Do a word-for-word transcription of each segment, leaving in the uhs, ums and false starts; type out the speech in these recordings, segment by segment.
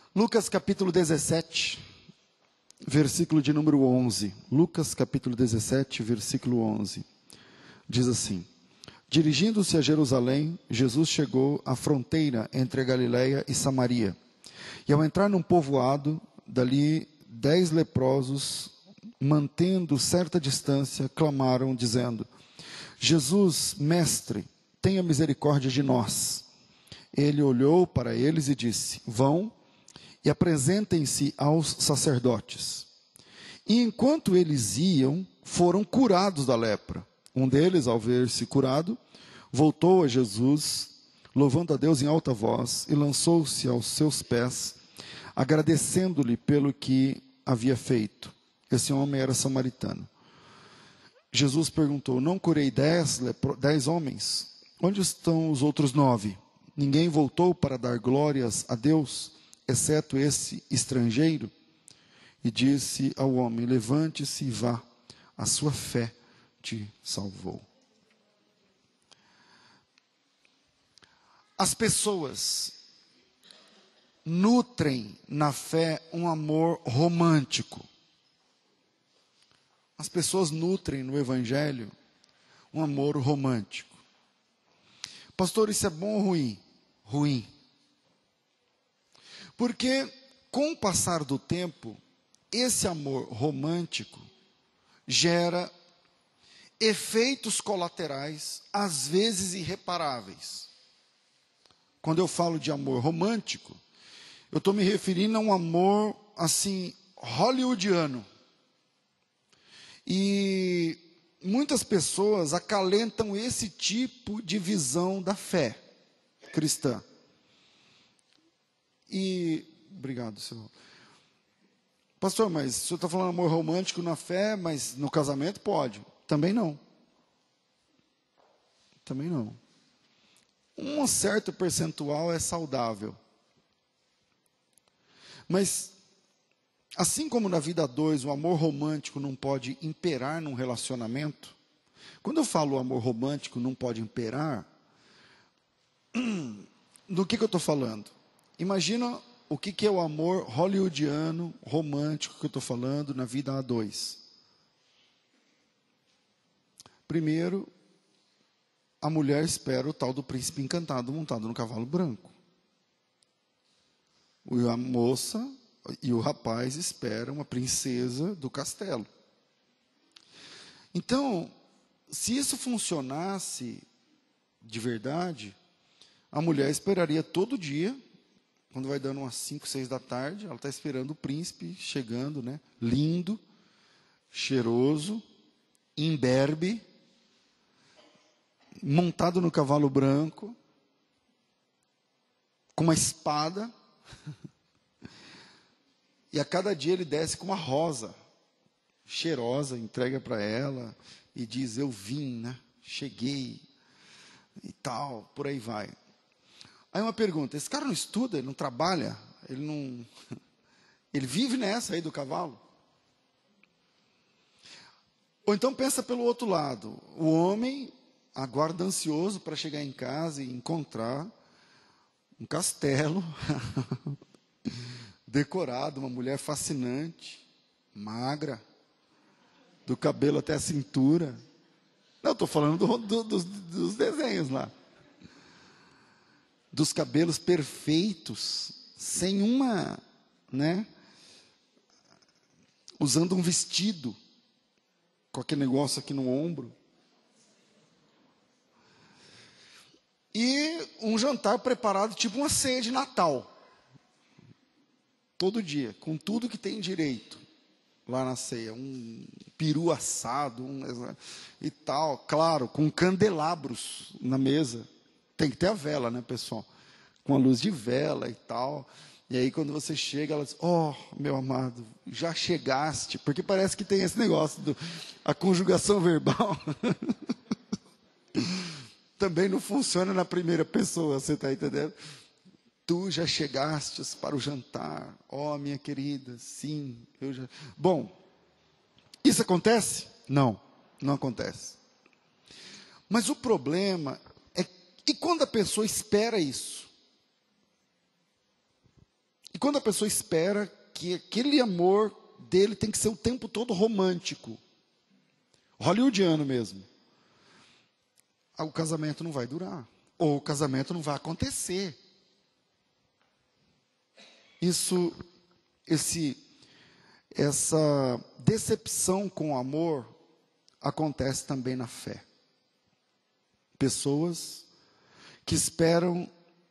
Lucas capítulo dezessete, versículo de número onze. Lucas capítulo dezessete, versículo onze. Diz assim: Dirigindo-se a Jerusalém, Jesus chegou à fronteira entre a Galileia e Samaria. E ao entrar num povoado, dali dez leprosos, mantendo certa distância, clamaram, dizendo: Jesus, mestre, tenha misericórdia de nós. Ele olhou para eles e disse: Vão e apresentem-se aos sacerdotes. E enquanto eles iam, foram curados da lepra. Um deles, ao ver-se curado, voltou a Jesus, louvando a Deus em alta voz, e lançou-se aos seus pés, agradecendo-lhe pelo que havia feito. Esse homem era samaritano. Jesus perguntou: Não curei dez, lepro, dez homens? Onde estão os outros nove? Ninguém voltou para dar glórias a Deus, exceto esse estrangeiro? E disse ao homem: Levante-se e vá, a sua fé te salvou. As pessoas nutrem na fé um amor romântico. As pessoas nutrem no Evangelho um amor romântico. Pastor, isso é bom ou ruim? Ruim. Porque, com o passar do tempo, esse amor romântico gera efeitos colaterais, às vezes irreparáveis. Quando eu falo de amor romântico, eu estou me referindo a um amor, assim, hollywoodiano. E muitas pessoas acalentam esse tipo de visão da fé cristã. E, obrigado, senhor. Pastor, mas o senhor está falando amor romântico na fé, mas no casamento pode? Também não. Também não. Um certo percentual é saudável. Mas, assim como na vida a dois, o amor romântico não pode imperar num relacionamento. Quando eu falo amor romântico não pode imperar, do que, que eu estou falando? Imagina o que, que é o amor hollywoodiano, romântico que eu estou falando na vida a dois. Primeiro, a mulher espera o tal do príncipe encantado montado no cavalo branco. A moça e o rapaz esperam a princesa do castelo. Então, se isso funcionasse de verdade, a mulher esperaria todo dia, quando vai dando umas cinco, seis da tarde, ela está esperando o príncipe chegando, né? Lindo, cheiroso, imberbe, montado no cavalo branco, com uma espada, e a cada dia ele desce com uma rosa cheirosa, entrega para ela e diz: eu vim, né? Cheguei e tal, por aí vai. Aí uma pergunta: esse cara não estuda, ele não trabalha, ele não, ele vive nessa aí do cavalo? Ou então pensa pelo outro lado: o homem aguarda ansioso para chegar em casa e encontrar um castelo decorado, uma mulher fascinante, magra, do cabelo até a cintura. Não, estou falando do, do, dos, dos desenhos lá. Dos cabelos perfeitos, sem uma, né? Usando um vestido, com aquele negócio aqui no ombro. E um jantar preparado, tipo uma ceia de Natal. Todo dia, com tudo que tem direito lá na ceia. Um peru assado, um, e tal. Claro, com candelabros na mesa. Tem que ter a vela, né, pessoal? Com a luz de vela e tal. E aí, quando você chega, ela diz: oh, meu amado, já chegaste. Porque parece que tem esse negócio, do, a conjugação verbal. Também não funciona na primeira pessoa, você está entendendo? Tu já chegastes para o jantar, ó oh, minha querida, sim, eu já... Bom, isso acontece? Não, não acontece. Mas o problema é, e quando a pessoa espera isso? E quando a pessoa espera que aquele amor dele tem que ser o tempo todo romântico, hollywoodiano mesmo, o casamento não vai durar, ou o casamento não vai acontecer. Isso, esse, essa decepção com o amor acontece também na fé. Pessoas que esperam,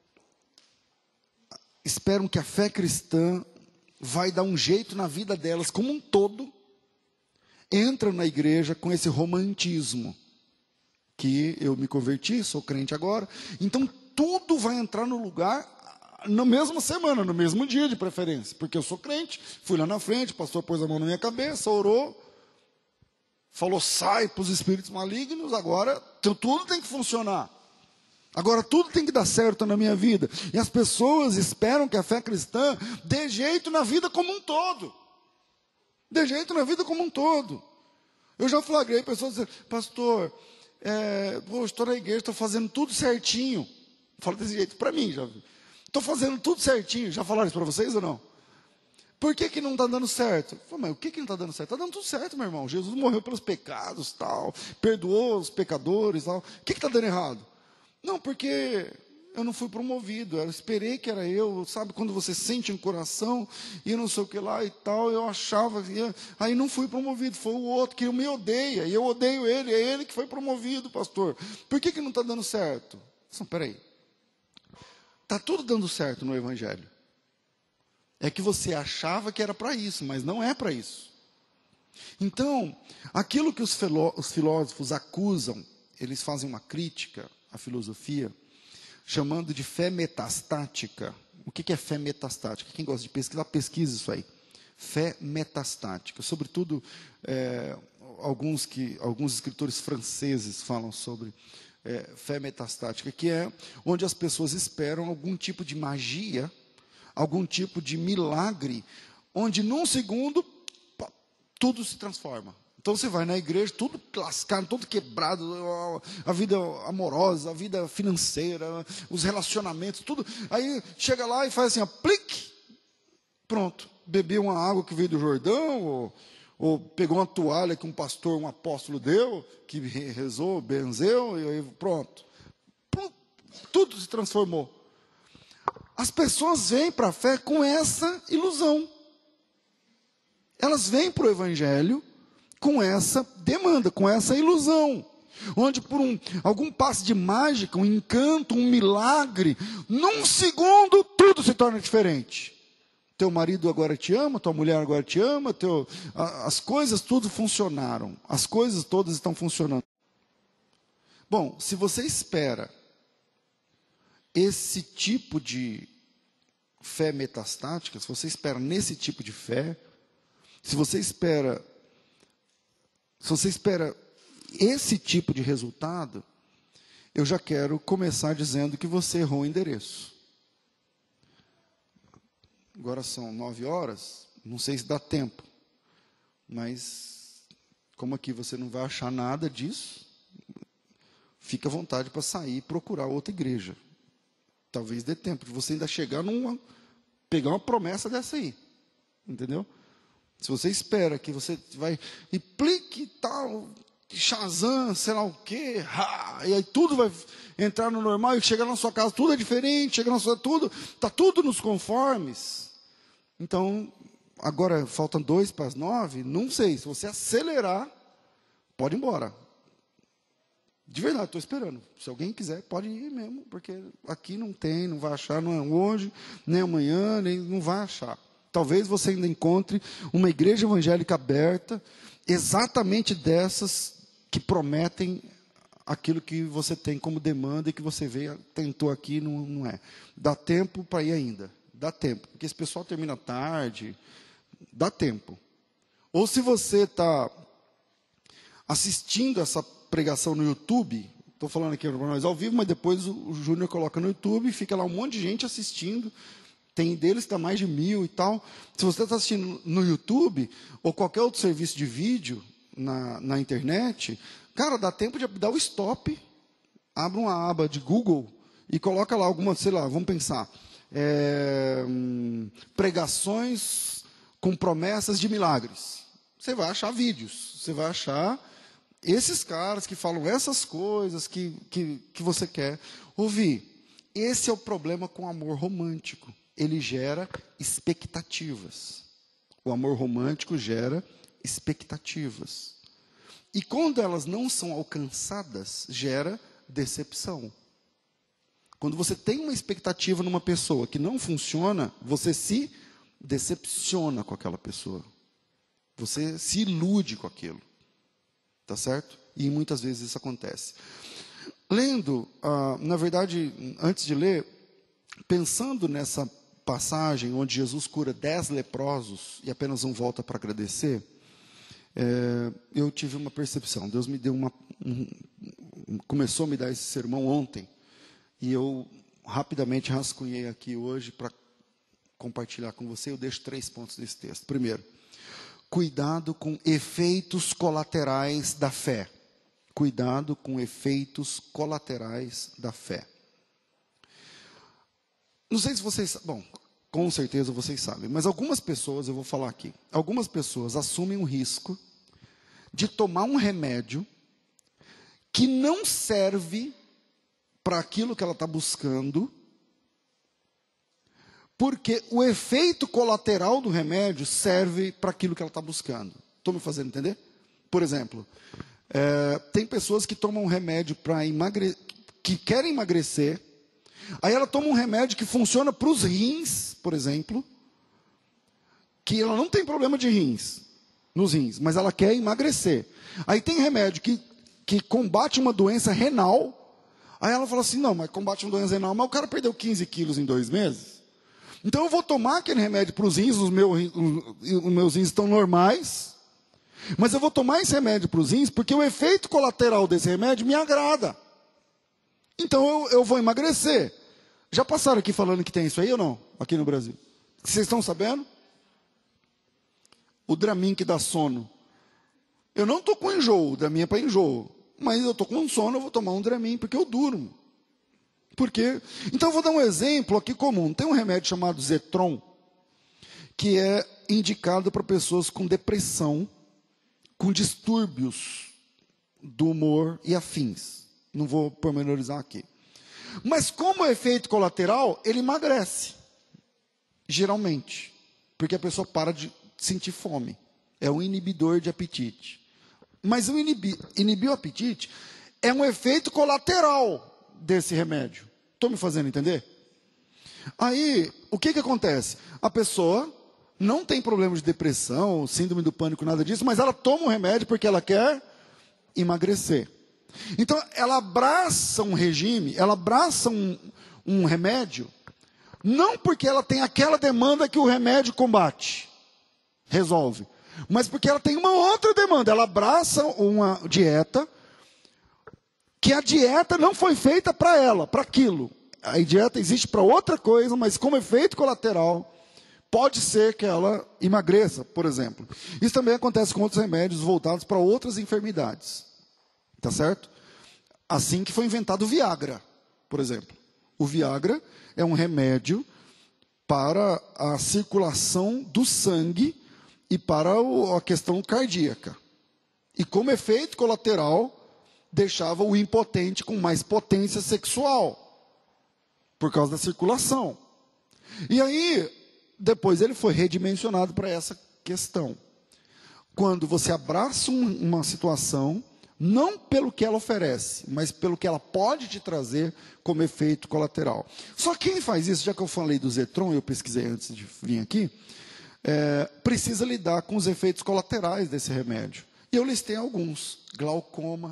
esperam que a fé cristã vai dar um jeito na vida delas como um todo, entram na igreja com esse romantismo, que eu me converti, sou crente agora, então tudo vai entrar no lugar na mesma semana, no mesmo dia de preferência, porque eu sou crente, fui lá na frente, o pastor pôs a mão na minha cabeça, orou, falou, sai para os espíritos malignos, agora tudo tem que funcionar. Agora tudo tem que dar certo na minha vida. E as pessoas esperam que a fé cristã dê jeito na vida como um todo. Dê jeito na vida como um todo. Eu já flagrei pessoas dizendo, pastor, é, pô, estou na igreja, estou fazendo tudo certinho. Fala desse jeito para mim, já. Estou fazendo tudo certinho. Já falaram isso para vocês ou não? Por que que não está dando certo? Falo, mas o que que não está dando certo? Está dando tudo certo, meu irmão. Jesus morreu pelos pecados, tal, perdoou os pecadores, tal. O que que está dando errado? Não, porque eu não fui promovido, eu esperei que era eu, sabe, quando você sente um coração, e não sei o que lá e tal, eu achava, que aí não fui promovido, foi o outro que me odeia, e eu odeio ele, é ele que foi promovido, pastor. Por que que não está dando certo? Não, peraí, está tudo dando certo no Evangelho. É que você achava que era para isso, mas não é para isso. Então, aquilo que os, filó- os filósofos acusam, eles fazem uma crítica à filosofia, chamando de fé metastática. O que é fé metastática? Quem gosta de pesquisar, pesquisa isso aí. Fé metastática. Sobretudo, é, alguns, que, alguns escritores franceses falam sobre é, fé metastática, que é onde as pessoas esperam algum tipo de magia, algum tipo de milagre, onde num segundo, pá, tudo se transforma. Então você vai na igreja, tudo lascado, todo quebrado, a vida amorosa, a vida financeira, os relacionamentos, tudo. Aí chega lá e faz assim, aplique, pronto. Bebeu uma água que veio do Jordão, ou, ou pegou uma toalha que um pastor, um apóstolo deu, que rezou, benzeu, e aí pronto. Tudo se transformou. As pessoas vêm para a fé com essa ilusão. Elas vêm para o Evangelho com essa demanda, com essa ilusão, onde por um, algum passe de mágica, um encanto, um milagre, num segundo tudo se torna diferente. Teu marido agora te ama, tua mulher agora te ama, teu, a, as coisas tudo funcionaram, as coisas todas estão funcionando. Bom, se você espera esse tipo de fé metastática, se você espera nesse tipo de fé, se você espera Se você espera esse tipo de resultado, eu já quero começar dizendo que você errou o endereço. Agora são nove horas, não sei se dá tempo, mas como aqui você não vai achar nada disso, fica à vontade para sair e procurar outra igreja. Talvez dê tempo de você ainda chegar numa, pegar uma promessa dessa aí, entendeu? Se você espera que você vai, implique tal, Shazam, sei lá o quê, ha, e aí tudo vai entrar no normal, e chegar na sua casa, tudo é diferente, chega na sua, tudo, está tudo nos conformes. Então, agora faltam dois para as nove, não sei, se você acelerar, pode ir embora. De verdade, estou esperando. Se alguém quiser, pode ir mesmo, porque aqui não tem, não vai achar, não é hoje, nem amanhã, nem não vai achar. Talvez você ainda encontre uma igreja evangélica aberta, exatamente dessas que prometem aquilo que você tem como demanda e que você veio, tentou aqui, não, não é. Dá tempo para ir ainda, dá tempo, porque esse pessoal termina tarde, dá tempo. Ou se você está assistindo essa pregação no YouTube, estou falando aqui para nós ao vivo, mas depois o, o Júnior coloca no YouTube e fica lá um monte de gente assistindo. Tem deles que está mais de mil e tal. Se você está assistindo no YouTube, ou qualquer outro serviço de vídeo na, na internet, cara, dá tempo de dar o stop, abre uma aba de Google e coloca lá alguma, sei lá, vamos pensar, é, hum, pregações com promessas de milagres. Você vai achar vídeos, você vai achar esses caras que falam essas coisas que, que, que você quer ouvir. Esse é o problema com o amor romântico. Ele gera expectativas. O amor romântico gera expectativas. E quando elas não são alcançadas, gera decepção. Quando você tem uma expectativa numa pessoa que não funciona, você se decepciona com aquela pessoa. Você se ilude com aquilo. Tá certo? E muitas vezes isso acontece. Lendo, ah, na verdade, antes de ler, pensando nessa passagem onde Jesus cura dez leprosos e apenas um volta para agradecer, é, eu tive uma percepção. Deus me deu uma, um, começou a me dar esse sermão ontem, e eu rapidamente rascunhei aqui hoje para compartilhar com você. Eu deixo três pontos desse texto. Primeiro, cuidado com efeitos colaterais da fé. Cuidado com efeitos colaterais da fé. Não sei se vocês... Bom, com certeza vocês sabem, mas algumas pessoas, eu vou falar aqui, algumas pessoas assumem o risco de tomar um remédio que não serve para aquilo que ela está buscando, porque o efeito colateral do remédio serve para aquilo que ela está buscando. Estou me fazendo entender? Por exemplo, é, tem pessoas que tomam um remédio para emagrecer, que querem emagrecer, aí ela toma um remédio que funciona para os rins, por exemplo, que ela não tem problema de rins, nos rins, mas ela quer emagrecer. Aí tem remédio que, que combate uma doença renal, aí ela fala assim, não, mas combate uma doença renal, mas o cara perdeu quinze quilos em dois meses, então eu vou tomar aquele remédio para os rins, os meus, os meus rins estão normais, mas eu vou tomar esse remédio para os rins, porque o efeito colateral desse remédio me agrada. Então eu, eu vou emagrecer. Já passaram aqui falando que tem isso aí ou não? Aqui no Brasil. Vocês estão sabendo? O Dramin que dá sono. Eu não estou com enjoo, o Dramin é para enjoo. Mas eu estou com sono, eu vou tomar um Dramin, porque eu durmo. Por quê? Então eu vou dar um exemplo aqui comum. Tem um remédio chamado Zetron, que é indicado para pessoas com depressão, com distúrbios do humor e afins. Não vou pormenorizar aqui. Mas como efeito colateral, ele emagrece. Geralmente. Porque a pessoa para de sentir fome. É um inibidor de apetite. Mas o inibir, inibir o apetite é um efeito colateral desse remédio. Estou me fazendo entender? Aí, o que, que acontece? A pessoa não tem problema de depressão, síndrome do pânico, nada disso, mas ela toma um remédio porque ela quer emagrecer. Então, ela abraça um regime, ela abraça um, um remédio, não porque ela tem aquela demanda que o remédio combate, resolve, mas porque ela tem uma outra demanda. Ela abraça uma dieta, que a dieta não foi feita para ela, para aquilo. A dieta existe para outra coisa, mas como efeito colateral, pode ser que ela emagreça, por exemplo. Isso também acontece com outros remédios voltados para outras enfermidades. Tá certo? Assim que foi inventado o Viagra, por exemplo. O Viagra é um remédio para a circulação do sangue e para o, a questão cardíaca. E como efeito colateral, deixava o impotente com mais potência sexual, por causa da circulação. E aí, depois ele foi redimensionado para essa questão. Quando você abraça um, uma situação, não pelo que ela oferece, mas pelo que ela pode te trazer como efeito colateral. Só quem faz isso, já que eu falei do Zetron, eu pesquisei antes de vir aqui, é, precisa lidar com os efeitos colaterais desse remédio. E eu listei alguns. Glaucoma.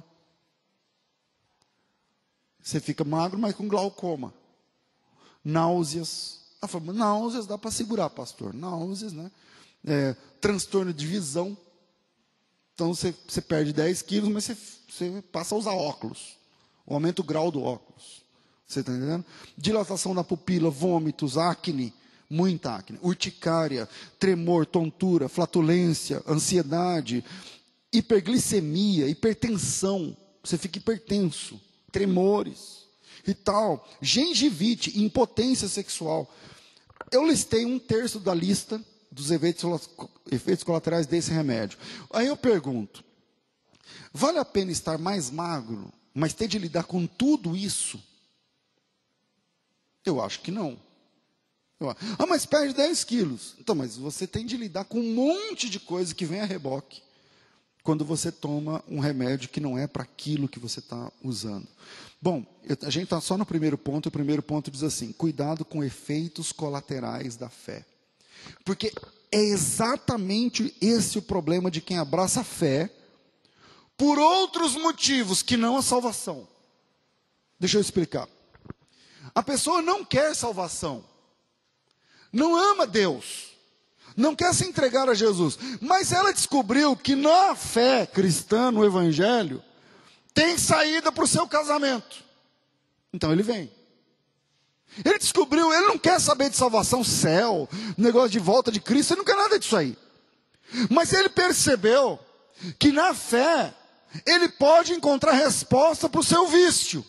Você fica magro, mas com glaucoma. Náuseas. Ela falou, náuseas dá para segurar, pastor. Náuseas, né? É, transtorno de visão. Então, você, você perde dez quilos, mas você, você passa a usar óculos. Aumenta o grau do óculos. Você está entendendo? Dilatação da pupila, vômitos, acne, muita acne, urticária, tremor, tontura, flatulência, ansiedade, hiperglicemia, hipertensão. Você fica hipertenso, tremores. e tal, gengivite, impotência sexual. Eu listei um terço da lista dos efeitos, efeitos colaterais desse remédio. Aí eu pergunto, vale a pena estar mais magro, mas ter de lidar com tudo isso? Eu acho que não. Eu, ah, mas perde dez quilos. Então, mas você tem de lidar com um monte de coisa que vem a reboque quando você toma um remédio que não é para aquilo que você está usando. Bom, eu, a gente está só no primeiro ponto, e o primeiro ponto diz assim, cuidado com efeitos colaterais da fé. Porque é exatamente esse o problema de quem abraça a fé por outros motivos que não a salvação. Deixa eu explicar. A pessoa não quer salvação, não ama Deus, não quer se entregar a Jesus, mas ela descobriu que na fé cristã, no Evangelho, tem saída para o seu casamento. Então ele vem. Ele descobriu, ele não quer saber de salvação, céu, negócio de volta de Cristo, ele não quer nada disso aí. Mas ele percebeu que na fé, ele pode encontrar resposta para o seu vício.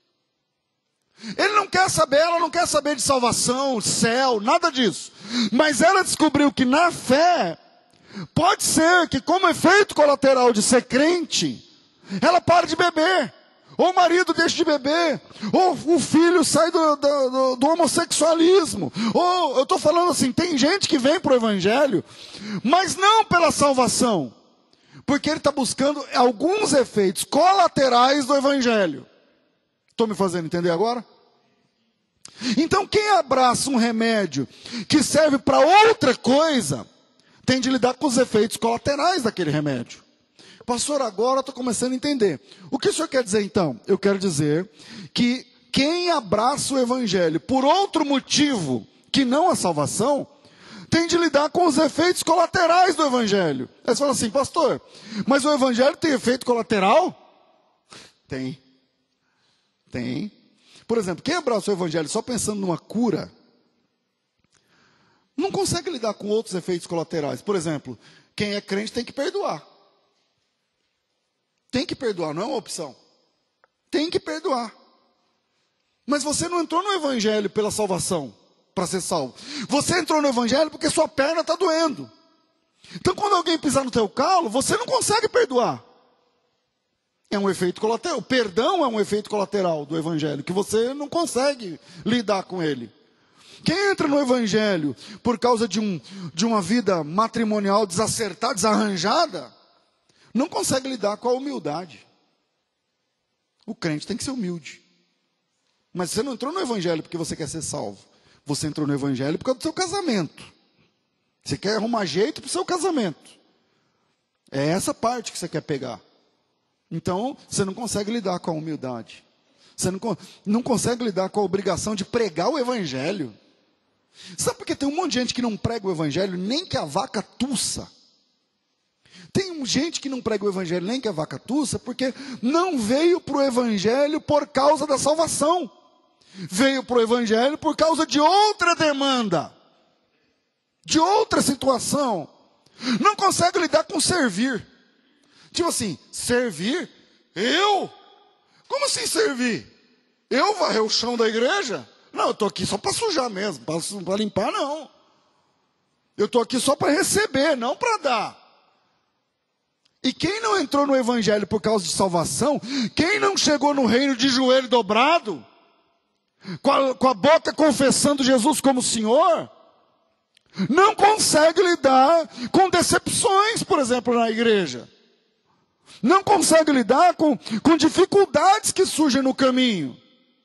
Ele não quer saber, ela não quer saber de salvação, céu, nada disso. Mas ela descobriu que na fé, pode ser que como efeito colateral de ser crente, ela pare de beber. Ou o marido deixa de beber, ou o filho sai do, do, do homossexualismo. Ou, eu estou falando assim, tem gente que vem para o Evangelho, mas não pela salvação. Porque ele está buscando alguns efeitos colaterais do Evangelho. Estou me fazendo entender agora? Então quem abraça um remédio que serve para outra coisa, tem de lidar com os efeitos colaterais daquele remédio. Pastor, agora eu estou começando a entender. O que o senhor quer dizer então? Eu quero dizer que quem abraça o Evangelho por outro motivo que não a salvação, tem de lidar com os efeitos colaterais do Evangelho. Aí você fala assim, pastor, mas o Evangelho tem efeito colateral? Tem. Tem. Por exemplo, quem abraça o Evangelho só pensando numa cura, não consegue lidar com outros efeitos colaterais. Por exemplo, quem é crente tem que perdoar. Tem que perdoar, não é uma opção. Tem que perdoar. Mas você não entrou no Evangelho pela salvação, para ser salvo. Você entrou no Evangelho porque sua perna está doendo. Então quando alguém pisar no teu calo, você não consegue perdoar. É um efeito colateral. O perdão é um efeito colateral do Evangelho, que você não consegue lidar com ele. Quem entra no Evangelho por causa de, um, de uma vida matrimonial desacertada, desarranjada, não consegue lidar com a humildade. O crente tem que ser humilde. Mas você não entrou no Evangelho porque você quer ser salvo. Você entrou no Evangelho por causa do seu casamento. Você quer arrumar jeito para o seu casamento. É essa parte que você quer pegar. Então, você não consegue lidar com a humildade. Você não, não consegue lidar com a obrigação de pregar o Evangelho. Sabe por que tem um monte de gente que não prega o Evangelho nem que a vaca tussa? Tem gente que não prega o Evangelho nem que a vaca tussa porque não veio para o Evangelho por causa da salvação. Veio para o Evangelho por causa de outra demanda. De outra situação. Não consegue lidar com servir. Tipo assim, servir? Eu? Como assim servir? Eu varrer o chão da igreja? Não, eu estou aqui só para sujar mesmo, para limpar não. Eu estou aqui só para receber, não para dar. E quem não entrou no Evangelho por causa de salvação, quem não chegou no reino de joelho dobrado, com a, com a boca confessando Jesus como Senhor, não consegue lidar com decepções, por exemplo, na igreja. Não consegue lidar com, com dificuldades que surgem no caminho.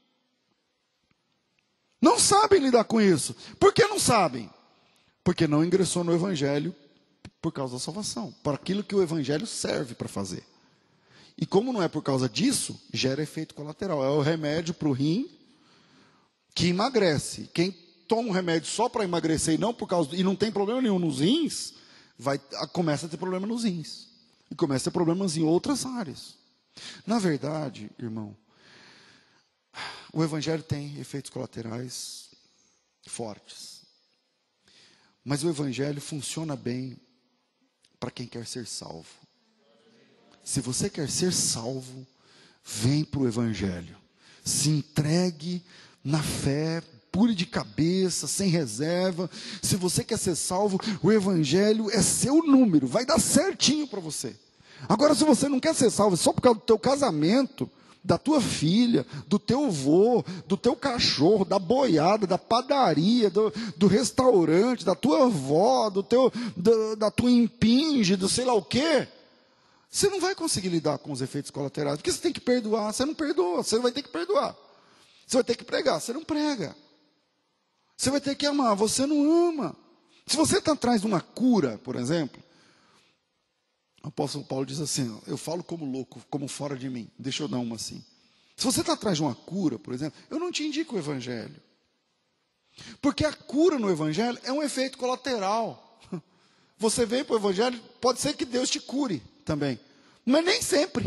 Não sabem lidar com isso. Por que não sabem? Porque não ingressou no Evangelho por causa da salvação. Para aquilo que o Evangelho serve para fazer. E como não é por causa disso, gera efeito colateral. É o remédio para o rim que emagrece. Quem toma um remédio só para emagrecer e não, por causa, e não tem problema nenhum nos rins, vai, começa a ter problema nos rins. E começa a ter problemas em outras áreas. Na verdade, irmão, o Evangelho tem efeitos colaterais fortes. Mas o Evangelho funciona bem para quem quer ser salvo. Se você quer ser salvo, vem para o Evangelho. Se entregue na fé, pule de cabeça, sem reserva. Se você quer ser salvo, o evangelho é seu número, vai dar certinho para você. Agora, se você não quer ser salvo só por causa do teu casamento, da tua filha, do teu avô, do teu cachorro, da boiada, da padaria, do, do restaurante, da tua avó, do teu, da, da tua impinge, do sei lá o quê, você não vai conseguir lidar com os efeitos colaterais, porque você tem que perdoar, você não perdoa, você vai ter que perdoar. Você vai ter que pregar, você não prega. Você vai ter que amar, você não ama. Se você está atrás de uma cura, por exemplo, o apóstolo Paulo diz assim, eu falo como louco, como fora de mim. Deixa eu dar uma assim. Se você está atrás de uma cura, por exemplo, eu não te indico o evangelho. Porque a cura no evangelho é um efeito colateral. Você vem para o evangelho, pode ser que Deus te cure também. Mas nem sempre.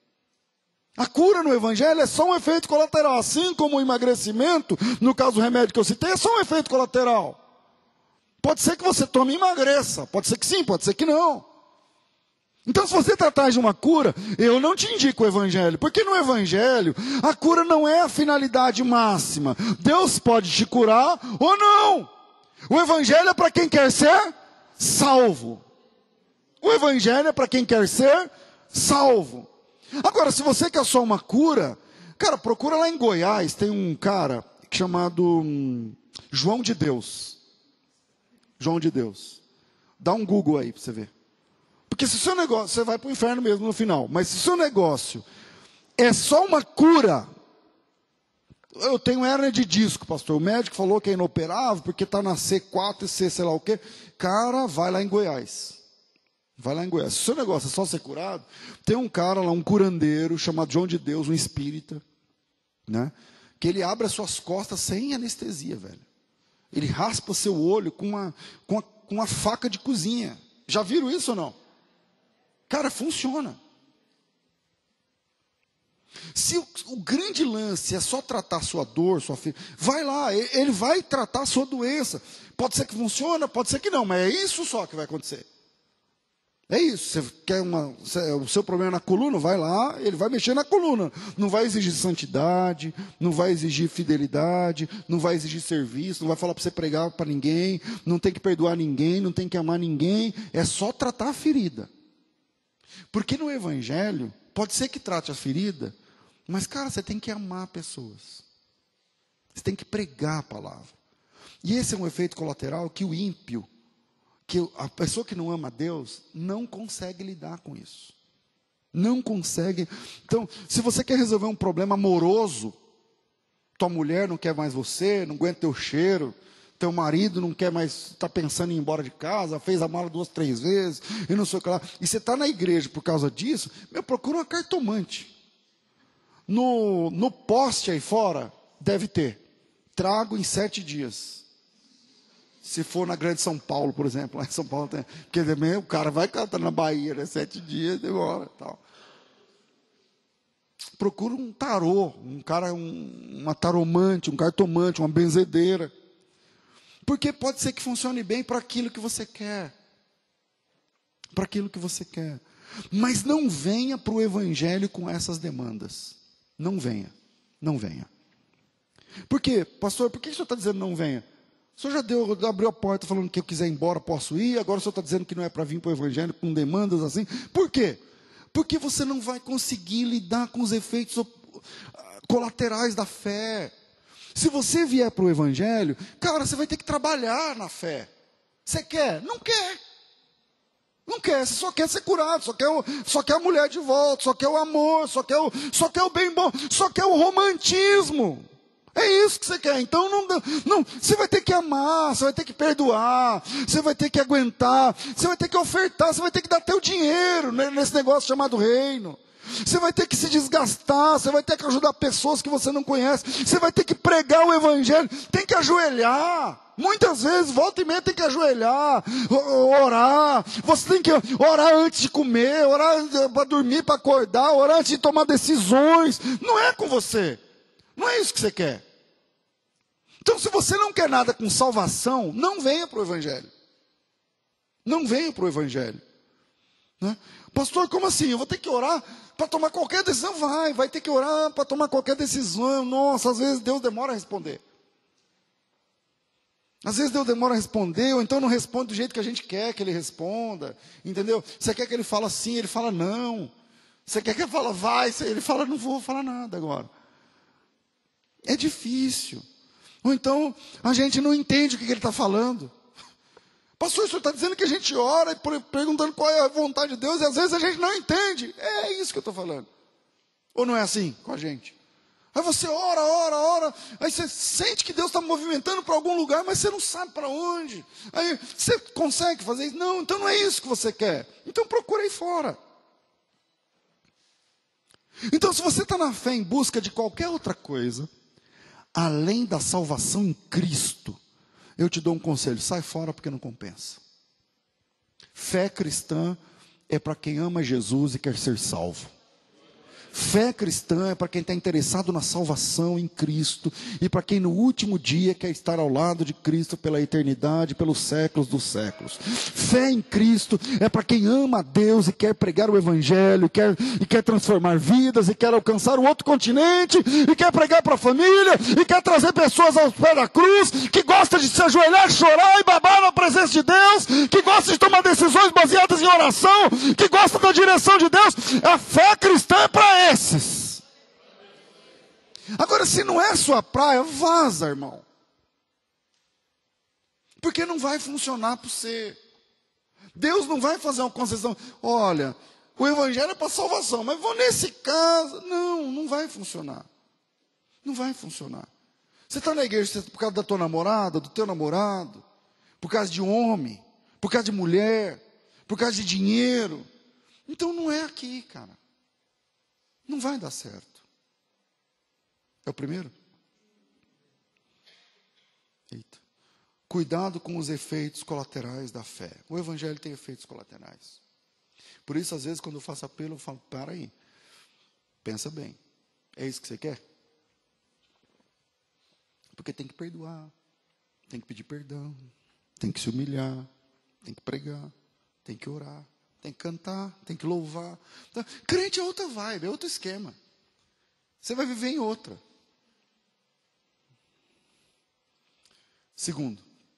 A cura no evangelho é só um efeito colateral. Assim como o emagrecimento, no caso do remédio que eu citei, é só um efeito colateral. Pode ser que você tome e emagreça. Pode ser que sim, pode ser que não. Então, se você está atrás de uma cura, eu não te indico o evangelho, porque no evangelho, a cura não é a finalidade máxima. Deus pode te curar ou não. O evangelho é para quem quer ser salvo. O evangelho é para quem quer ser salvo. Agora, se você quer só uma cura, cara, procura lá em Goiás, tem um cara chamado hum, João de Deus. João de Deus. Dá um Google aí para você ver. Porque se o seu negócio, você vai para o inferno mesmo no final, mas se o seu negócio é só uma cura, eu tenho hérnia de disco, pastor, o médico falou que é inoperável, porque está na C quatro e C sei lá o quê, cara, vai lá em Goiás, vai lá em Goiás, se o seu negócio é só ser curado, tem um cara lá, um curandeiro, chamado João de Deus, um espírita, né, que ele abre as suas costas sem anestesia, velho, ele raspa seu olho com uma, com uma, com uma faca de cozinha, já viram isso ou não? Cara, funciona. Se o, o grande lance é só tratar a sua dor, sua filha, vai lá, ele, ele vai tratar a sua doença. Pode ser que funcione, pode ser que não, mas é isso só que vai acontecer. É isso. Você quer uma, você, o seu problema é na coluna, vai lá, ele vai mexer na coluna. Não vai exigir santidade, não vai exigir fidelidade, não vai exigir serviço, não vai falar para você pregar para ninguém, não tem que perdoar ninguém, não tem que amar ninguém. É só tratar a ferida. Porque no evangelho, pode ser que trate a ferida, mas, cara, você tem que amar pessoas. Você tem que pregar a palavra. E esse é um efeito colateral que o ímpio, que a pessoa que não ama a Deus, não consegue lidar com isso. Não consegue. Então, se você quer resolver um problema amoroso, tua mulher não quer mais você, não aguenta teu cheiro, teu marido não quer mais, está pensando em ir embora de casa, fez a mala duas, três vezes, e não sei o que lá. E você está na igreja por causa disso, meu, procura uma cartomante. No, no poste aí fora, deve ter. Trago em sete dias. Se for na Grande São Paulo, por exemplo, lá em São Paulo tem. Porque também o cara vai cantar na Bahia, né? Sete dias, demora tal. Procura um tarô, um cara, um, uma taromante, um cartomante, uma benzedeira. Porque pode ser que funcione bem para aquilo que você quer. Para aquilo que você quer. Mas não venha para o evangelho com essas demandas. Não venha. Não venha. Por quê? Pastor, por que o senhor está dizendo não venha? O senhor já deu, abriu a porta falando que eu quiser ir embora, posso ir. Agora o senhor está dizendo que não é para vir para o evangelho com demandas assim. Por quê? Porque você não vai conseguir lidar com os efeitos colaterais da fé. Se você vier para o evangelho, cara, você vai ter que trabalhar na fé. Você quer? Não quer. Não quer, você só quer ser curado, só quer, o, só quer a mulher de volta, só quer o amor, só quer o, só quer o bem bom, só quer o romantismo. É isso que você quer. Então não, não, você vai ter que amar, você vai ter que perdoar, você vai ter que aguentar, você vai ter que ofertar, você vai ter que dar teu dinheiro nesse negócio chamado reino. Você vai ter que se desgastar, você vai ter que ajudar pessoas que você não conhece, você vai ter que pregar o evangelho, tem que ajoelhar. Muitas vezes, volta e meia, tem que ajoelhar, orar. Você tem que orar antes de comer, orar para dormir, para acordar, orar antes de tomar decisões. Não é com você. Não é isso que você quer. Então, se você não quer nada com salvação, não venha para o evangelho. Não venha para o evangelho. Né? Pastor, como assim? Eu vou ter que orar para tomar qualquer decisão? Vai, vai ter que orar para tomar qualquer decisão. Nossa, às vezes Deus demora a responder. Às vezes Deus demora a responder, ou então não responde do jeito que a gente quer que Ele responda. Entendeu? Você quer que Ele fale sim, Ele fala não. Você quer que Ele fale vai, Ele fala não vou falar nada agora. É difícil. Ou então a gente não entende o que Ele está falando. Pastor, o senhor está dizendo que a gente ora, perguntando qual é a vontade de Deus, e às vezes a gente não entende. É isso que eu estou falando. Ou não é assim com a gente? Aí você ora, ora, ora, aí você sente que Deus está movimentando para algum lugar, mas você não sabe para onde. Aí você consegue fazer isso? Não, então não é isso que você quer. Então procure aí fora. Então se você está na fé em busca de qualquer outra coisa, além da salvação em Cristo, eu te dou um conselho, sai fora porque não compensa. Fé cristã é para quem ama Jesus e quer ser salvo. Fé cristã é para quem está interessado na salvação em Cristo e para quem no último dia quer estar ao lado de Cristo pela eternidade, pelos séculos dos séculos. Fé em Cristo é para quem ama a Deus e quer pregar o Evangelho, e quer, e quer transformar vidas, e quer alcançar o outro continente, e quer pregar para a família, e quer trazer pessoas aos pés da cruz, que gosta de se ajoelhar, chorar e babar na presença de Deus, que gosta de tomar decisões baseadas em oração, que gosta da direção de Deus. A fé cristã é para esses. Agora, se não é sua praia, vaza, irmão. Porque não vai funcionar para você. Deus não vai fazer uma concessão. Olha, o evangelho é para salvação, mas vou nesse caso. Não, não vai funcionar. Não vai funcionar. Você está na igreja por causa da tua namorada, do teu namorado, por causa de homem, por causa de mulher, por causa de dinheiro. Então não é aqui, cara. Não vai dar certo. É o primeiro? Eita. Cuidado com os efeitos colaterais da fé. O evangelho tem efeitos colaterais. Por isso, às vezes, quando eu faço apelo, eu falo, para aí. Pensa bem. É isso que você quer? Porque tem que perdoar. Tem que pedir perdão. Tem que se humilhar. Tem que pregar. Tem que orar. Tem que cantar, tem que louvar. Então, crente é outra vibe, é outro esquema. Você vai viver em outra. Segundo,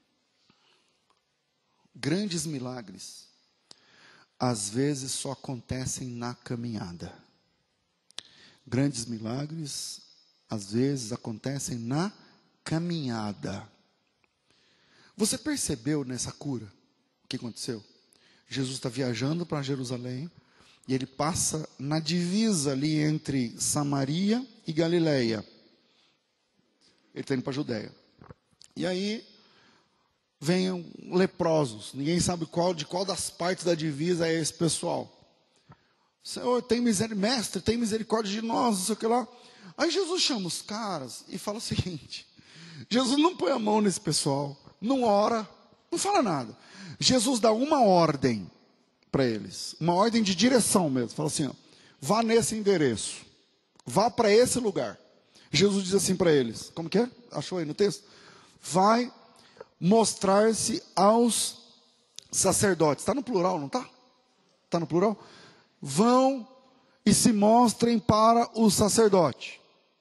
grandes milagres, às vezes só acontecem na caminhada. Grandes milagres, às vezes acontecem na caminhada. Você percebeu nessa cura o que aconteceu? Jesus está viajando para Jerusalém e ele passa na divisa ali entre Samaria e Galileia. Ele está indo para a Judéia. E aí vem leprosos. Ninguém sabe qual, de qual das partes da divisa é esse pessoal. Senhor, tem misericórdia, mestre, tem misericórdia de nós, não sei o que lá. Aí Jesus chama os caras e fala o seguinte: Jesus não põe a mão nesse pessoal, não ora, não fala nada. Jesus dá uma ordem para eles, uma ordem de direção mesmo. Fala assim, ó, vá nesse endereço, vá para esse lugar. Jesus diz assim para eles, como que é? Achou aí no texto? Vai mostrar-se aos sacerdotes. Está no plural, não está? Está no plural? Vão e se mostrem para o sacerdote.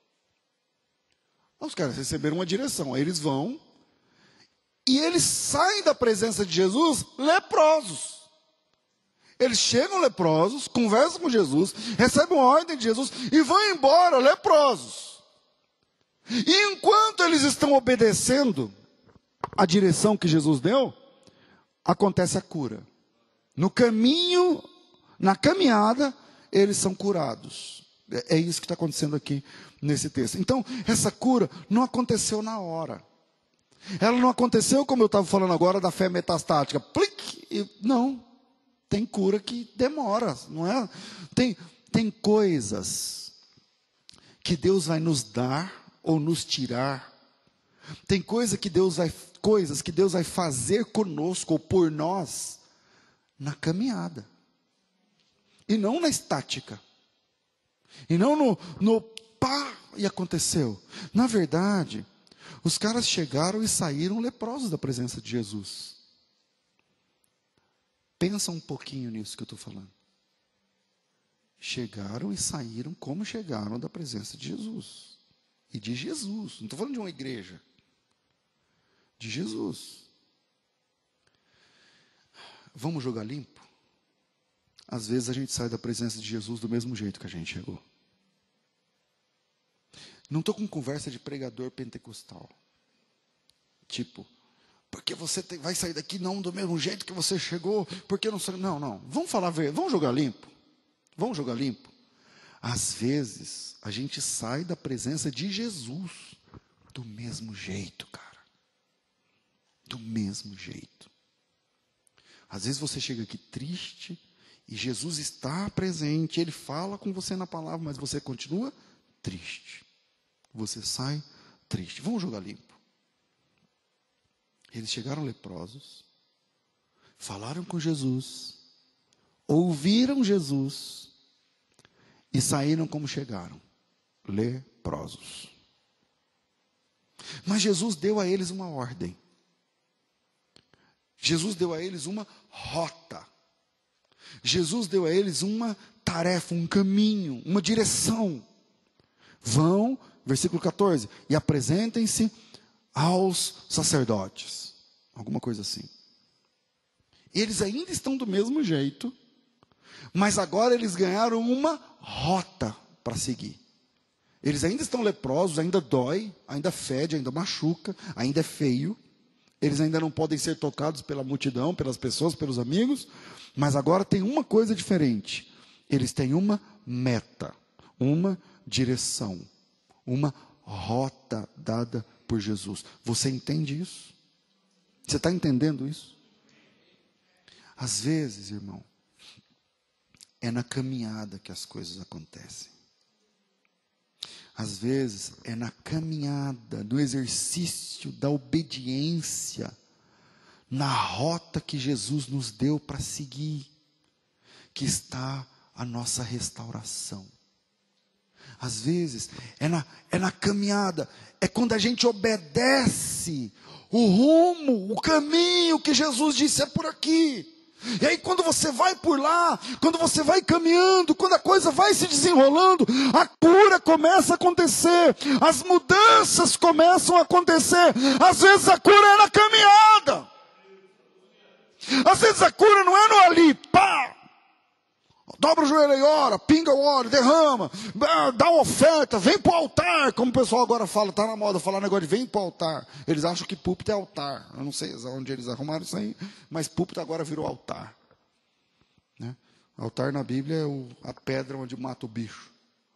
Os caras receberam uma direção, aí eles vão. E eles saem da presença de Jesus leprosos. Eles chegam leprosos, conversam com Jesus, recebem uma ordem de Jesus e vão embora leprosos. E enquanto eles estão obedecendo a direção que Jesus deu, acontece a cura. No caminho, na caminhada, eles são curados. É isso que está acontecendo aqui nesse texto. Então, essa cura não aconteceu na hora. Ela não aconteceu, como eu estava falando agora, da fé metastática. Plic, e, não. Tem cura que demora, não é? Tem, tem coisas que Deus vai nos dar ou nos tirar. Tem coisa que Deus vai, coisas que Deus vai fazer conosco ou por nós na caminhada. E não na estática. E não no, no pá, e aconteceu. Na verdade, os caras chegaram e saíram leprosos da presença de Jesus. Pensa um pouquinho nisso que eu estou falando. Chegaram e saíram como chegaram da presença de Jesus. E de Jesus. Não estou falando de uma igreja. De Jesus. Vamos jogar limpo? Às vezes a gente sai da presença de Jesus do mesmo jeito que a gente chegou. Não estou com conversa de pregador pentecostal. Tipo, porque você tem, vai sair daqui não do mesmo jeito que você chegou, porque não sei. Não, não. Vamos falar, vamos jogar limpo. Vamos jogar limpo. Às vezes a gente sai da presença de Jesus do mesmo jeito, cara. Do mesmo jeito. Às vezes você chega aqui triste e Jesus está presente, Ele fala com você na palavra, mas você continua triste. Você sai triste. Vamos jogar limpo. Eles chegaram leprosos, falaram com Jesus, ouviram Jesus e saíram como chegaram, leprosos. Mas Jesus deu a eles uma ordem. Jesus deu a eles uma rota. Jesus deu a eles uma tarefa, um caminho, uma direção. Vão, versículo catorze, e apresentem-se aos sacerdotes. Alguma coisa assim. Eles ainda estão do mesmo jeito, mas agora eles ganharam uma rota para seguir. Eles ainda estão leprosos, ainda dói, ainda fede, ainda machuca, ainda é feio. Eles ainda não podem ser tocados pela multidão, pelas pessoas, pelos amigos. Mas agora tem uma coisa diferente. Eles têm uma meta, uma direção, uma rota dada por Jesus. Você entende isso? Você está entendendo isso? Às vezes, irmão, é na caminhada que as coisas acontecem. Às vezes é na caminhada, no exercício da obediência, na rota que Jesus nos deu para seguir, que está a nossa restauração. Às vezes é na, é na caminhada, é quando a gente obedece o rumo, o caminho que Jesus disse é por aqui. E aí quando você vai por lá, quando você vai caminhando, quando a coisa vai se desenrolando, a cura começa a acontecer, as mudanças começam a acontecer. Às vezes a cura é na caminhada, às vezes a cura não é no ali, pá, dobra o joelho e ora, pinga o óleo, derrama, dá uma oferta, vem para o altar, como o pessoal agora fala, está na moda falar negócio de vem para o altar. Eles acham que púlpito é altar, eu não sei onde eles arrumaram isso aí, mas púlpito agora virou altar. Né? Altar na Bíblia é o, a pedra onde mata o bicho.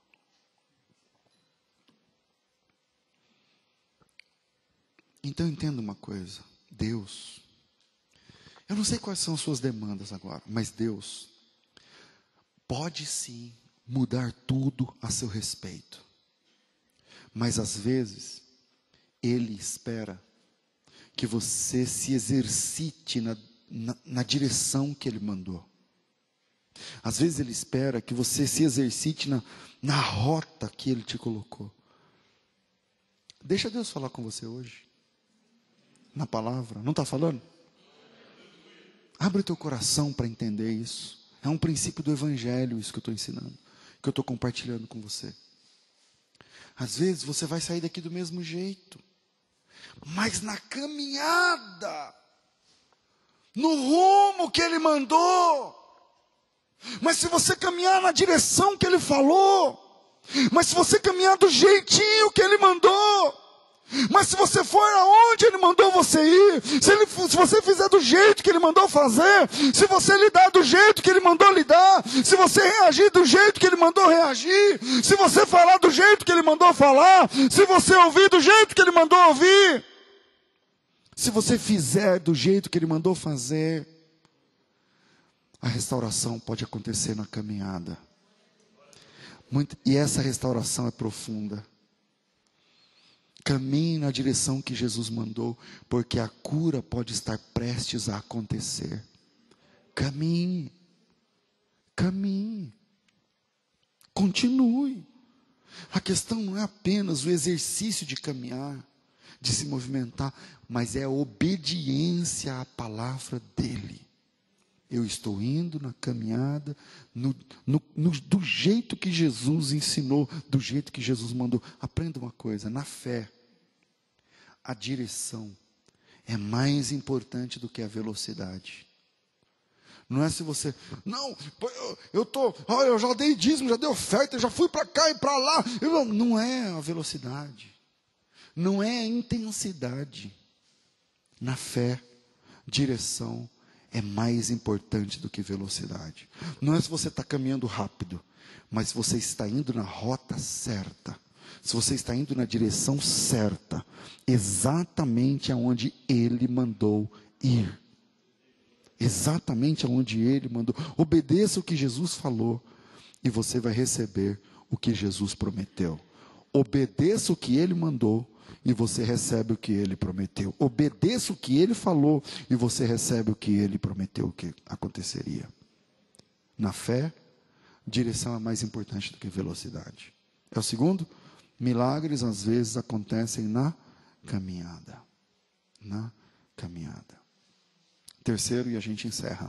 Então entenda uma coisa, Deus, eu não sei quais são as suas demandas agora, mas Deus pode sim mudar tudo a seu respeito. Mas às vezes, Ele espera que você se exercite na, na, na direção que Ele mandou. Às vezes Ele espera que você se exercite na, na rota que Ele te colocou. Deixa Deus falar com você hoje. Na palavra. Não está falando? Abre o teu coração para entender isso. É um princípio do Evangelho isso que eu estou ensinando, que eu estou compartilhando com você. Às vezes você vai sair daqui do mesmo jeito, mas na caminhada, no rumo que Ele mandou, mas se você caminhar na direção que Ele falou, mas se você caminhar do jeitinho que Ele mandou, mas se você for aonde Ele mandou você ir, se, ele, se você fizer do jeito que Ele mandou fazer, se você lidar do jeito que Ele mandou lidar, se você reagir do jeito que Ele mandou reagir, se você falar do jeito que Ele mandou falar, se você ouvir do jeito que Ele mandou ouvir, se você fizer do jeito que Ele mandou fazer, a restauração pode acontecer na caminhada. Muito, e essa restauração é profunda. Caminhe na direção que Jesus mandou, porque a cura pode estar prestes a acontecer. Caminhe, caminhe, continue. A questão não é apenas o exercício de caminhar, de se movimentar, mas é a obediência à palavra dEle. Eu estou indo na caminhada, no, no, no, do jeito que Jesus ensinou, do jeito que Jesus mandou. Aprenda uma coisa, na fé, a direção é mais importante do que a velocidade. Não é se você, não, eu estou, olha, eu já dei dízimo, já dei oferta, já fui para cá e para lá. Eu, não é a velocidade, não é a intensidade. Na fé, direção é mais importante do que velocidade. Não é se você está caminhando rápido, mas se você está indo na rota certa, se você está indo na direção certa, exatamente aonde Ele mandou ir. Exatamente aonde Ele mandou. Obedeça o que Jesus falou e você vai receber o que Jesus prometeu. Obedeça o que Ele mandou e você recebe o que Ele prometeu. Obedeça o que Ele falou e você recebe o que Ele prometeu que aconteceria. Na fé, direção é mais importante do que velocidade. É o segundo? Milagres às vezes acontecem na caminhada. Na caminhada. Terceiro, e a gente encerra.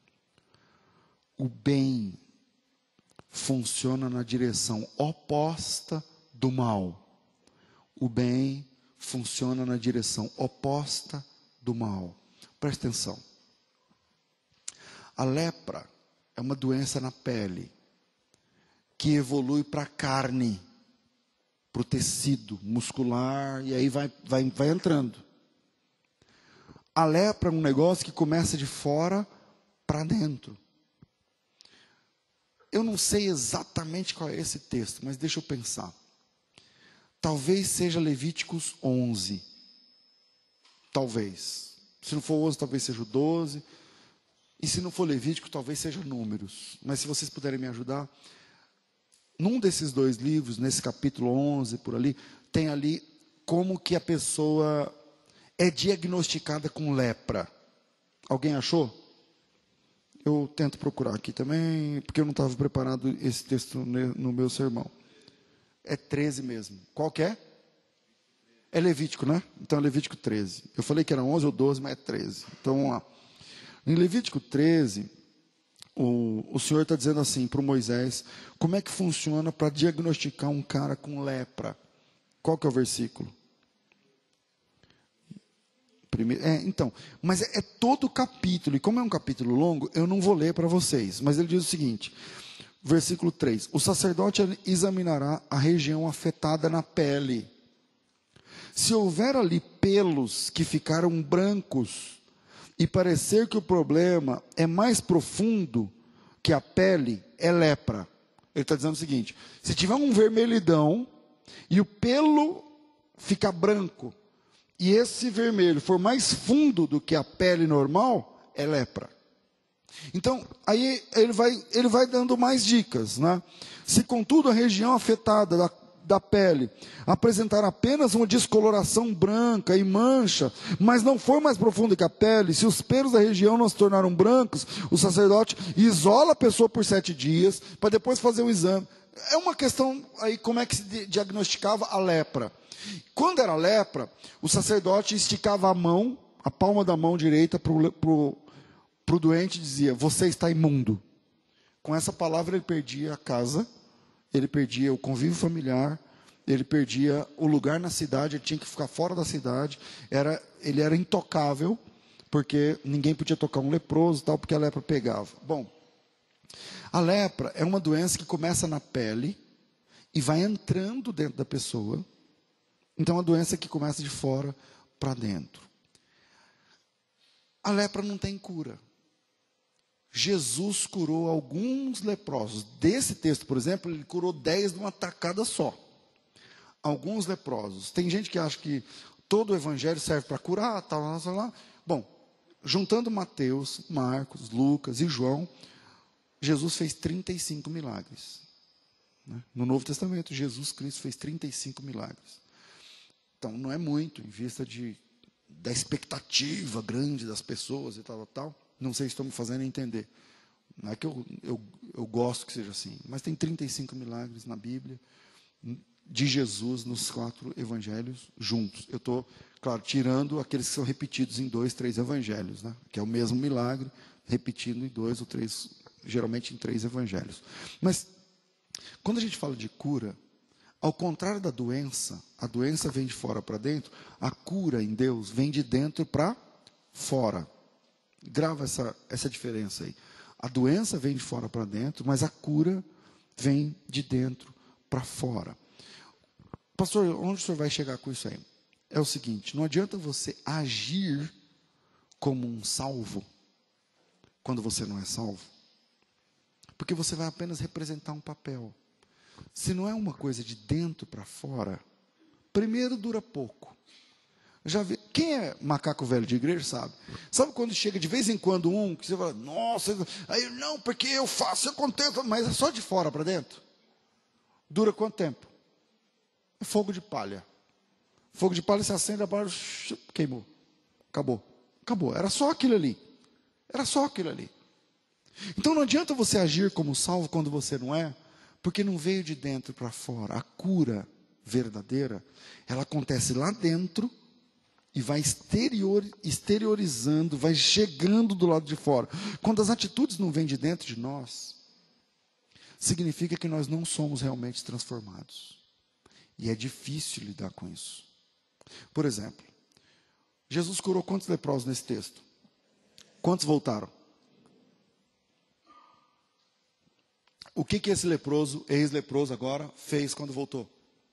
O bem funciona na direção oposta do mal. O bem funciona na direção oposta do mal. Presta atenção. A lepra é uma doença na pele que evolui para a carne, para o tecido muscular, e aí vai, vai, vai entrando. A lepra é um negócio que começa de fora para dentro. Eu não sei exatamente qual é esse texto, mas deixa eu pensar. Talvez seja Levíticos onze. Talvez. Se não for onze, talvez seja o doze. E se não for Levítico, talvez seja Números. Mas se vocês puderem me ajudar, num desses dois livros, nesse capítulo onze, por ali, tem ali como que a pessoa é diagnosticada com lepra. Alguém achou? Eu tento procurar aqui também, porque eu não estava preparado esse texto no meu sermão. É treze mesmo. Qual que é? É Levítico, né? Então é Levítico treze. Eu falei que era onze ou doze, mas é treze. Então vamos lá. Em Levítico treze, o, o Senhor está dizendo assim para o Moisés, como é que funciona para diagnosticar um cara com lepra? Qual que é o versículo? Primeiro, é, então, mas é, é todo o capítulo, e como é um capítulo longo, eu não vou ler para vocês, mas ele diz o seguinte, versículo três, o sacerdote examinará a região afetada na pele, se houver ali pelos que ficaram brancos, e parecer que o problema é mais profundo que a pele, é lepra. Ele está dizendo o seguinte, se tiver um vermelhidão, e o pelo ficar branco, e esse vermelho for mais fundo do que a pele normal, é lepra. Então, aí ele vai, ele vai dando mais dicas, né? Se contudo a região afetada da, da pele apresentar apenas uma descoloração branca e mancha, mas não for mais profunda que a pele, se os pelos da região não se tornaram brancos, o sacerdote isola a pessoa por sete dias, para depois fazer um exame. É uma questão aí, como é que se diagnosticava a lepra? Quando era lepra, o sacerdote esticava a mão, a palma da mão direita para o doente e dizia, você está imundo. Com essa palavra ele perdia a casa, ele perdia o convívio familiar, ele perdia o lugar na cidade, ele tinha que ficar fora da cidade, era, ele era intocável, porque ninguém podia tocar um leproso, tal, porque a lepra pegava. Bom, a lepra é uma doença que começa na pele e vai entrando dentro da pessoa. Então, é uma doença que começa de fora para dentro. A lepra não tem cura. Jesus curou alguns leprosos. Desse texto, por exemplo, ele curou dez de uma tacada só. Alguns leprosos. Tem gente que acha que todo o evangelho serve para curar, tal, tal, tal, tal. Bom, juntando Mateus, Marcos, Lucas e João, Jesus fez trinta e cinco milagres. No Novo Testamento, Jesus Cristo fez trinta e cinco milagres. Então, não é muito, em vista de, da expectativa grande das pessoas e tal, tal. Não sei se estou me fazendo entender. Não é que eu, eu, eu gosto que seja assim, mas tem trinta e cinco milagres na Bíblia. de Jesus nos quatro evangelhos juntos. Eu estou, claro, tirando aqueles que são repetidos em dois, três evangelhos, né? Que é o mesmo milagre, repetindo em dois ou três, geralmente em três evangelhos. Mas, quando a gente fala de cura, ao contrário da doença, a doença vem de fora para dentro, a cura em Deus vem de dentro para fora. Grava essa, essa diferença aí. A doença vem de fora para dentro, mas a cura vem de dentro para fora. Pastor, onde o senhor vai chegar com isso aí? É o seguinte, não adianta você agir como um salvo, quando você não é salvo, porque você vai apenas representar um papel. Se não é uma coisa de dentro para fora, primeiro dura pouco. Já vi, quem é macaco velho de igreja sabe. Sabe quando chega de vez em quando um, que você fala, nossa, aí não, porque eu faço, eu contento, mas é só de fora para dentro. Dura quanto tempo? É fogo de palha. Fogo de palha se acende, a palha queimou. Acabou. Acabou. Era só aquilo ali. Era só aquilo ali. Então não adianta você agir como salvo quando você não é, porque não veio de dentro para fora. A cura verdadeira, ela acontece lá dentro e vai exterior, exteriorizando, vai chegando do lado de fora. Quando as atitudes não vêm de dentro de nós, significa que nós não somos realmente transformados. E é difícil lidar com isso. Por exemplo, Jesus curou quantos leprosos nesse texto? Quantos voltaram? O que que esse leproso, ex-leproso agora, fez quando voltou?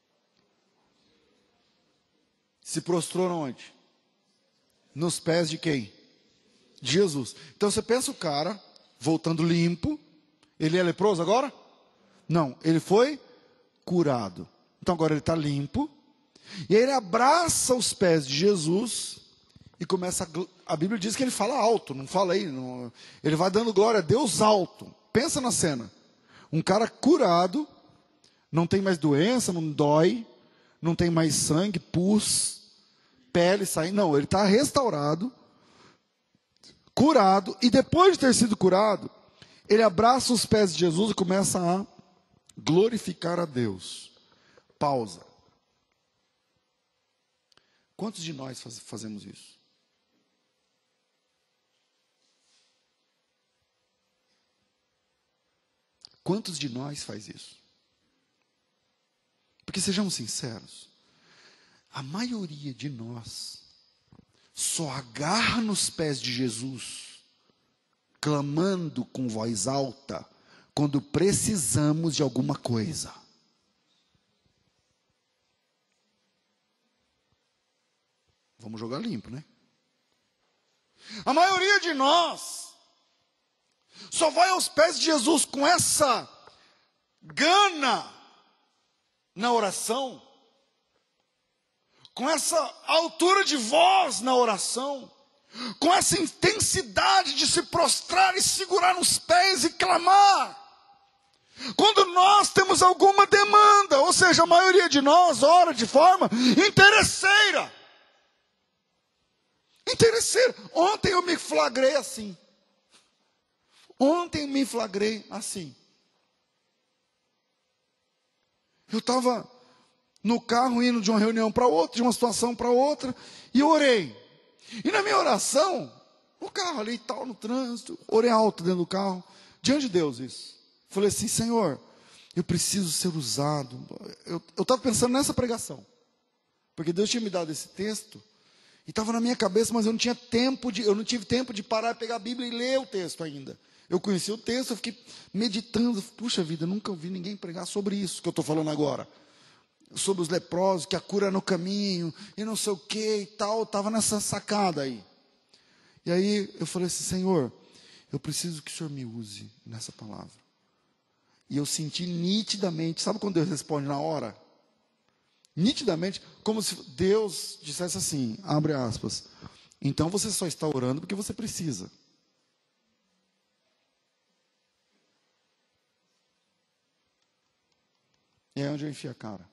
Se prostrou onde? Nos pés de quem? De Jesus. Então você pensa o cara, voltando limpo, ele é leproso agora? Não, ele foi curado. Então agora ele está limpo, e aí ele abraça os pés de Jesus, e começa, a, a Bíblia diz que ele fala alto, não fala aí, não, ele vai dando glória a Deus alto. Pensa na cena. Um cara curado, não tem mais doença, não dói, não tem mais sangue, pus, pele saindo. Não, ele está restaurado, curado, e depois de ter sido curado, ele abraça os pés de Jesus e começa a glorificar a Deus. Pausa. Quantos de nós faz, fazemos isso? Quantos de nós faz isso? Porque sejamos sinceros, a maioria de nós só agarra nos pés de Jesus, clamando com voz alta, quando precisamos de alguma coisa. Vamos jogar limpo, né? A maioria de nós só vai aos pés de Jesus com essa gana na oração, com essa altura de voz na oração, com essa intensidade de se prostrar e segurar nos pés e clamar, quando nós temos alguma demanda, ou seja, a maioria de nós ora de forma interesseira. Interesseira. Ontem eu me flagrei assim. Ontem me flagrei assim. Eu estava no carro indo de uma reunião para outra, de uma situação para outra, e orei. E na minha oração, no carro ali e tal, no trânsito, orei alto dentro do carro, diante de Deus isso. Falei assim, Senhor, eu preciso ser usado. Eu estava pensando nessa pregação, porque Deus tinha me dado esse texto, e estava na minha cabeça, mas eu não tinha tempo de, eu não tive tempo de parar, pegar a Bíblia e ler o texto ainda. Eu conheci o texto, eu fiquei meditando, puxa vida, nunca ouvi ninguém pregar sobre isso que eu estou falando agora. Sobre os leprosos, que a cura é no caminho, e não sei o que e tal, estava nessa sacada aí. E aí eu falei assim, Senhor, eu preciso que o Senhor me use nessa palavra. E eu senti nitidamente, sabe quando Deus responde na hora? Nitidamente, como se Deus dissesse assim, abre aspas, então você só está orando porque você precisa. E é onde eu enfio a cara.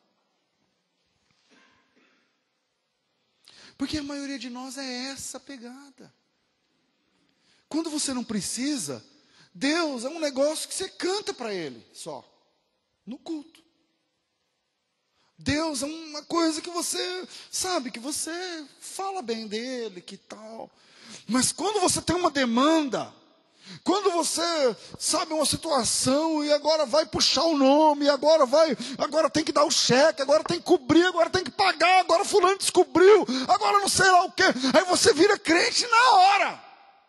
Porque a maioria de nós é essa pegada. Quando você não precisa, Deus é um negócio que você canta para Ele só, no culto. Deus é uma coisa que você, sabe, que você fala bem dele, que tal. Mas quando você tem uma demanda, quando você sabe uma situação e agora vai puxar o nome, agora vai, agora tem que dar o cheque, agora tem que cobrir, agora tem que pagar, agora fulano descobriu, agora não sei lá o quê. Aí você vira crente na hora.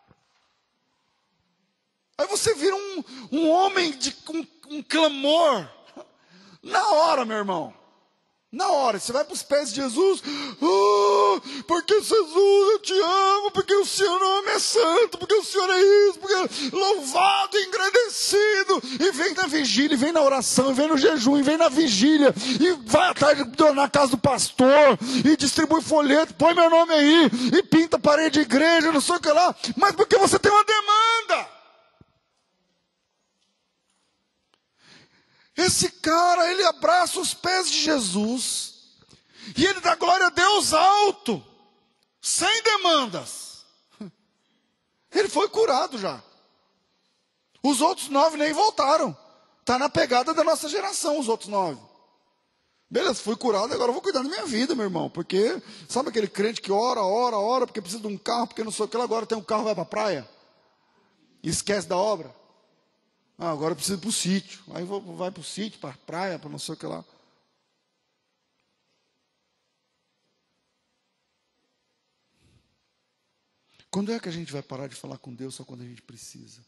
Aí você vira um, um homem de um, um clamor. Na hora, meu irmão. Na hora, você vai para os pés de Jesus, oh, porque Jesus, eu te amo, porque o Senhor não é santo, porque o Senhor é isso, porque é louvado, engrandecido, e vem na vigília, e vem na oração, e vem no jejum, e vem na vigília, e vai à tarde na casa do pastor, e distribui folheto, põe meu nome aí, e pinta a parede de igreja, não sei o que lá, mas porque você tem uma demanda. Esse cara, ele abraça os pés de Jesus, e ele dá glória a Deus alto, sem demandas. Ele foi curado já. Os outros nove nem voltaram. Está na pegada da nossa geração, os outros nove. Beleza, fui curado, agora eu vou cuidar da minha vida, meu irmão. Porque, sabe aquele crente que ora, ora, ora, porque precisa de um carro, porque não sei o que lá, agora tem um carro, vai para a praia. E esquece da obra. Ah, agora eu preciso ir para o sítio. Aí vou, vai para o sítio, para a praia, para não sei o que lá. Quando é que a gente vai parar de falar com Deus só quando a gente precisa?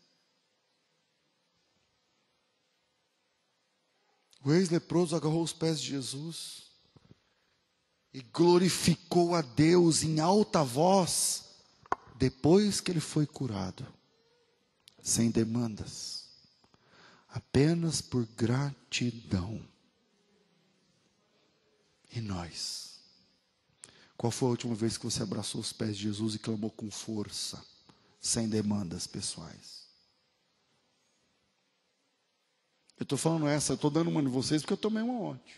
O ex-leproso agarrou os pés de Jesus e glorificou a Deus em alta voz depois que ele foi curado, sem demandas. Apenas por gratidão. E nós? Qual foi a última vez que você abraçou os pés de Jesus e clamou com força, sem demandas pessoais? Eu estou falando essa, eu estou dando uma de vocês porque eu tomei uma ontem.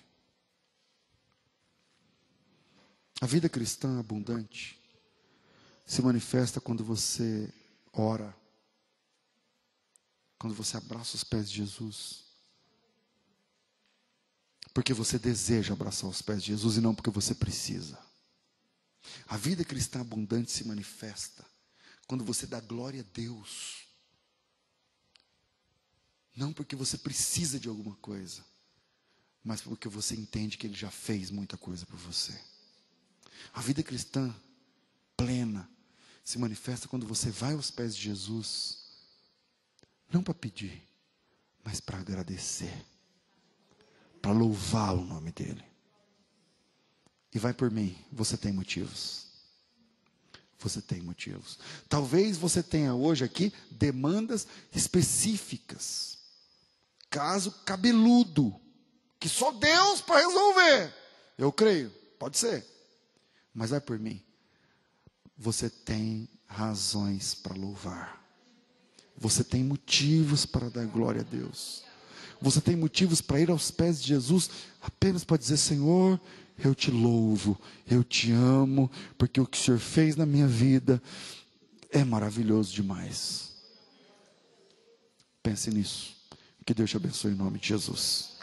A vida cristã abundante se manifesta quando você ora, quando você abraça os pés de Jesus, porque você deseja abraçar os pés de Jesus e não porque você precisa. A vida cristã abundante se manifesta quando você dá glória a Deus, não porque você precisa de alguma coisa, mas porque você entende que Ele já fez muita coisa por você. A vida cristã plena se manifesta quando você vai aos pés de Jesus, não para pedir, mas para agradecer, para louvar o nome dEle. E vai por mim, você tem motivos. Você tem motivos. Talvez você tenha hoje aqui demandas específicas. Caso cabeludo, que só Deus para resolver. Eu creio, pode ser. Mas vai por mim. Você tem razões para louvar. Você tem motivos para dar glória a Deus. Você tem motivos para ir aos pés de Jesus apenas para dizer: Senhor, eu te louvo, eu te amo, porque o que o Senhor fez na minha vida é maravilhoso demais. Pense nisso. Que Deus te abençoe em nome de Jesus.